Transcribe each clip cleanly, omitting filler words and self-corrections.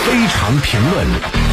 非常评论。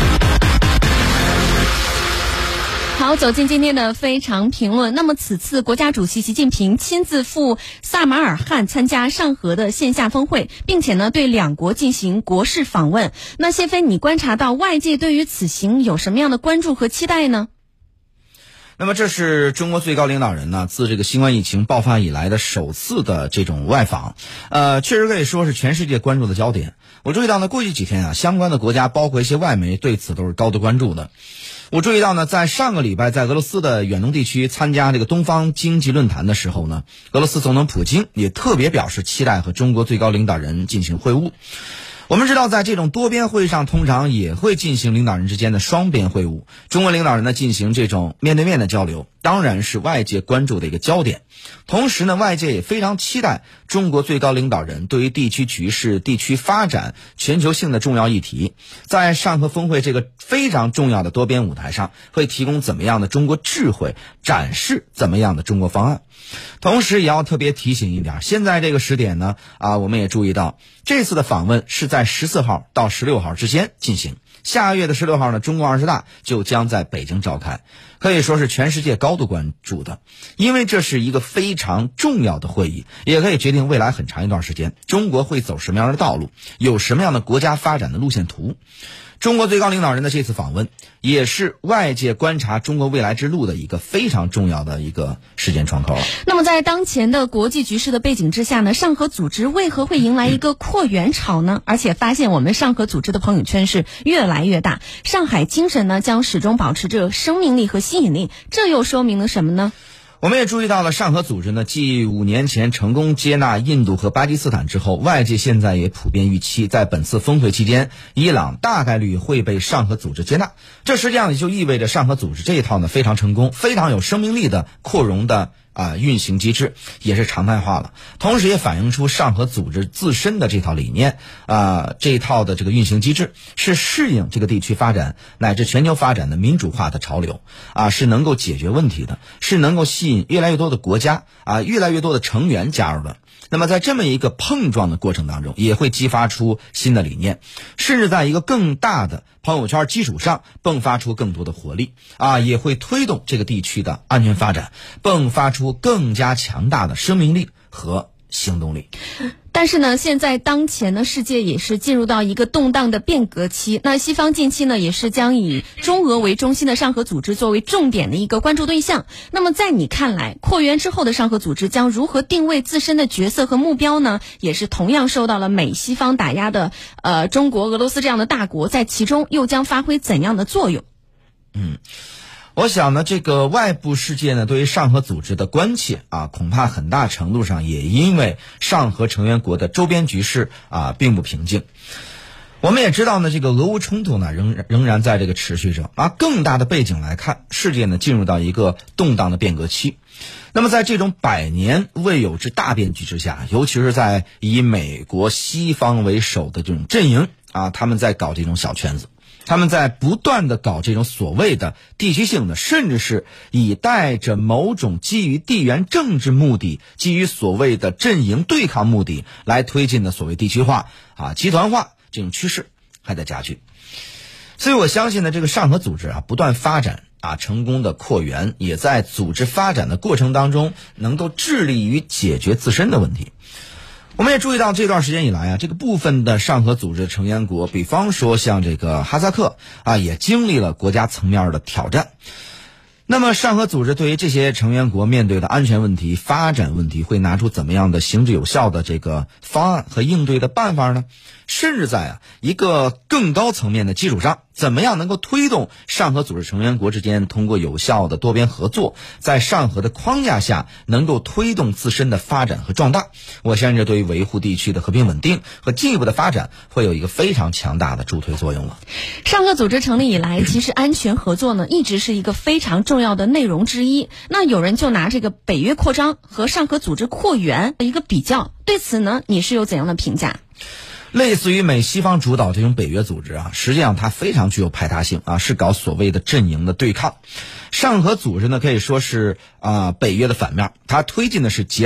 好，走进今天的非常评论。那么此次国家主席习近平亲自赴萨马尔罕参加上合的线下峰会，并且呢对两国进行国事访问。那谢飞，你观察到外界对于此行有什么样的关注和期待呢？ 那么这是中国最高领导人呢自这个新冠疫情爆发以来的首次的这种外访，确实可以说是全世界关注的焦点。我注意到呢，过去几天啊，相关的国家包括一些外媒对此都是高度关注的。我注意到呢，在上个礼拜在俄罗斯的远东地区参加这个东方经济论坛的时候呢，俄罗斯总统普京也特别表示期待和中国最高领导人进行会晤。我们知道，在这种多边会议上，通常也会进行领导人之间的双边会晤。中国领导人呢进行这种面对面的交流，当然是外界关注的一个焦点。同时呢，外界也非常期待中国最高领导人对于地区局势、地区发展、全球性的重要议题，在上合峰会这个非常重要的多边舞台上，会提供怎么样的中国智慧，展示怎么样的中国方案。同时也要特别提醒一点，现在这个时点呢，我们也注意到这次的访问是在14号到16号之间进行。下个月的16号呢，中共20大就将在北京召开，可以说是全世界高度关注的，因为这是一个非常重要的会议，也可以决定未来很长一段时间中国会走什么样的道路，有什么样的国家发展的路线图。中国最高领导人的这次访问，也是外界观察中国未来之路的一个非常重要的一个时间窗口了。 那么在当前的国际局势的背景之下呢，上合组织为何会迎来一个扩员潮呢？而且发现我们上合组织的朋友圈是越来越大，上海精神呢将始终保持着生命力和吸引力，这又说明了什么呢？ 我们也注意到了，上合组织呢，继5年前成功接纳印度和巴基斯坦之后，外界现在也普遍预期，在本次峰会期间，伊朗大概率会被上合组织接纳。这实际上也就意味着上合组织这一套呢非常成功、非常有生命力的扩容的运行机制也是常态化了，同时也反映出上合组织自身的这套理念，这一套的这个运行机制是适应这个地区发展乃至全球发展的民主化的潮流，是能够解决问题的，是能够吸引越来越多的国家越来越多的成员加入的。那么在这么一个碰撞的过程当中，也会激发出新的理念，甚至在一个更大的朋友圈基础上迸发出更多的活力也会推动这个地区的安全发展，迸发出更加强大的生命力和行动力。 但是呢，现在当前呢，世界也是进入到一个动荡的变革期。那西方近期呢，也是将以中俄为中心的上合组织作为重点的一个关注对象。那么在你看来，扩员之后的上合组织将如何定位自身的角色和目标呢？也是同样受到了美西方打压的中国、俄罗斯这样的大国，在其中又将发挥怎样的作用？ 我想呢，这个外部世界呢对于上合组织的关切恐怕很大程度上也因为上合成员国的周边局势并不平静。我们也知道呢，这个俄乌冲突呢仍然在这个持续着更大的背景来看，世界呢进入到一个动荡的变革期。那么在这种百年未有之大变局之下，尤其是在以美国西方为首的这种阵营他们在搞这种小圈子，他们在不断的搞这种所谓的地区性的，甚至是以带着某种基于地缘政治目的，基于所谓的阵营对抗目的来推进的所谓地区化集团化这种趋势还在加剧。所以我相信呢，这个上合组织不断发展成功的扩员，也在组织发展的过程当中能够致力于解决自身的问题。我们也注意到这段时间以来这个部分的上合组织成员国，比方说像这个哈萨克也经历了国家层面的挑战。那么上合组织对于这些成员国面对的安全问题、发展问题，会拿出怎么样的行之有效的这个方案和应对的办法呢？甚至在一个更高层面的基础上，怎么样能够推动上合组织成员国之间通过有效的多边合作，在上合的框架下能够推动自身的发展和壮大？我相信这对于维护地区的和平稳定和进一步的发展会有一个非常强大的助推作用了。 上合组织成立以来，其实安全合作呢一直是一个非常重要的内容之一。那有人就拿这个北约扩张和上合组织扩员的一个比较，对此呢你是有怎样的评价？ 类似于美西方主导这种北约组织实际上它非常具有排他性是搞所谓的阵营的对抗。上合组织呢可以说是北约的反面，它推进的是结伴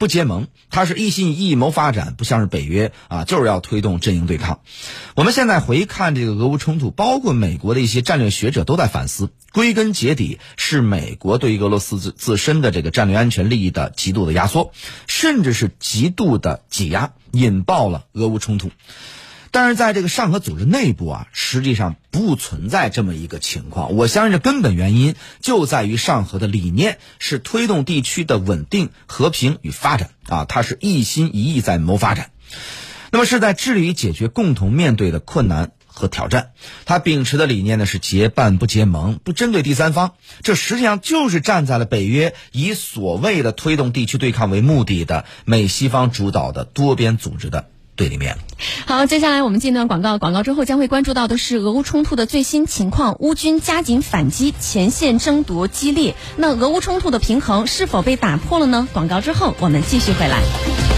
不结盟，它是一心一意谋发展，不像是北约啊，就是要推动阵营对抗。我们现在回看这个俄乌冲突，包括美国的一些战略学者都在反思，归根结底是美国对于俄罗斯自身的这个战略安全利益的极度的压缩，甚至是极度的挤压，引爆了俄乌冲突。但是在这个上合组织内部啊，实际上不存在这么一个情况。我相信这根本原因就在于上合的理念是推动地区的稳定、和平与发展啊，它是一心一意在谋发展。那么是在致力于解决共同面对的困难和挑战。他秉持的理念呢是结伴不结盟，不针对第三方，这实际上就是站在了北约以所谓的推动地区对抗为目的的美西方主导的多边组织的对立面。 好，接下来我们进段广告之后将会关注到的是俄乌冲突的最新情况，乌军加紧反击，前线争夺激烈，那俄乌冲突的平衡是否被打破了呢？广告之后我们继续回来。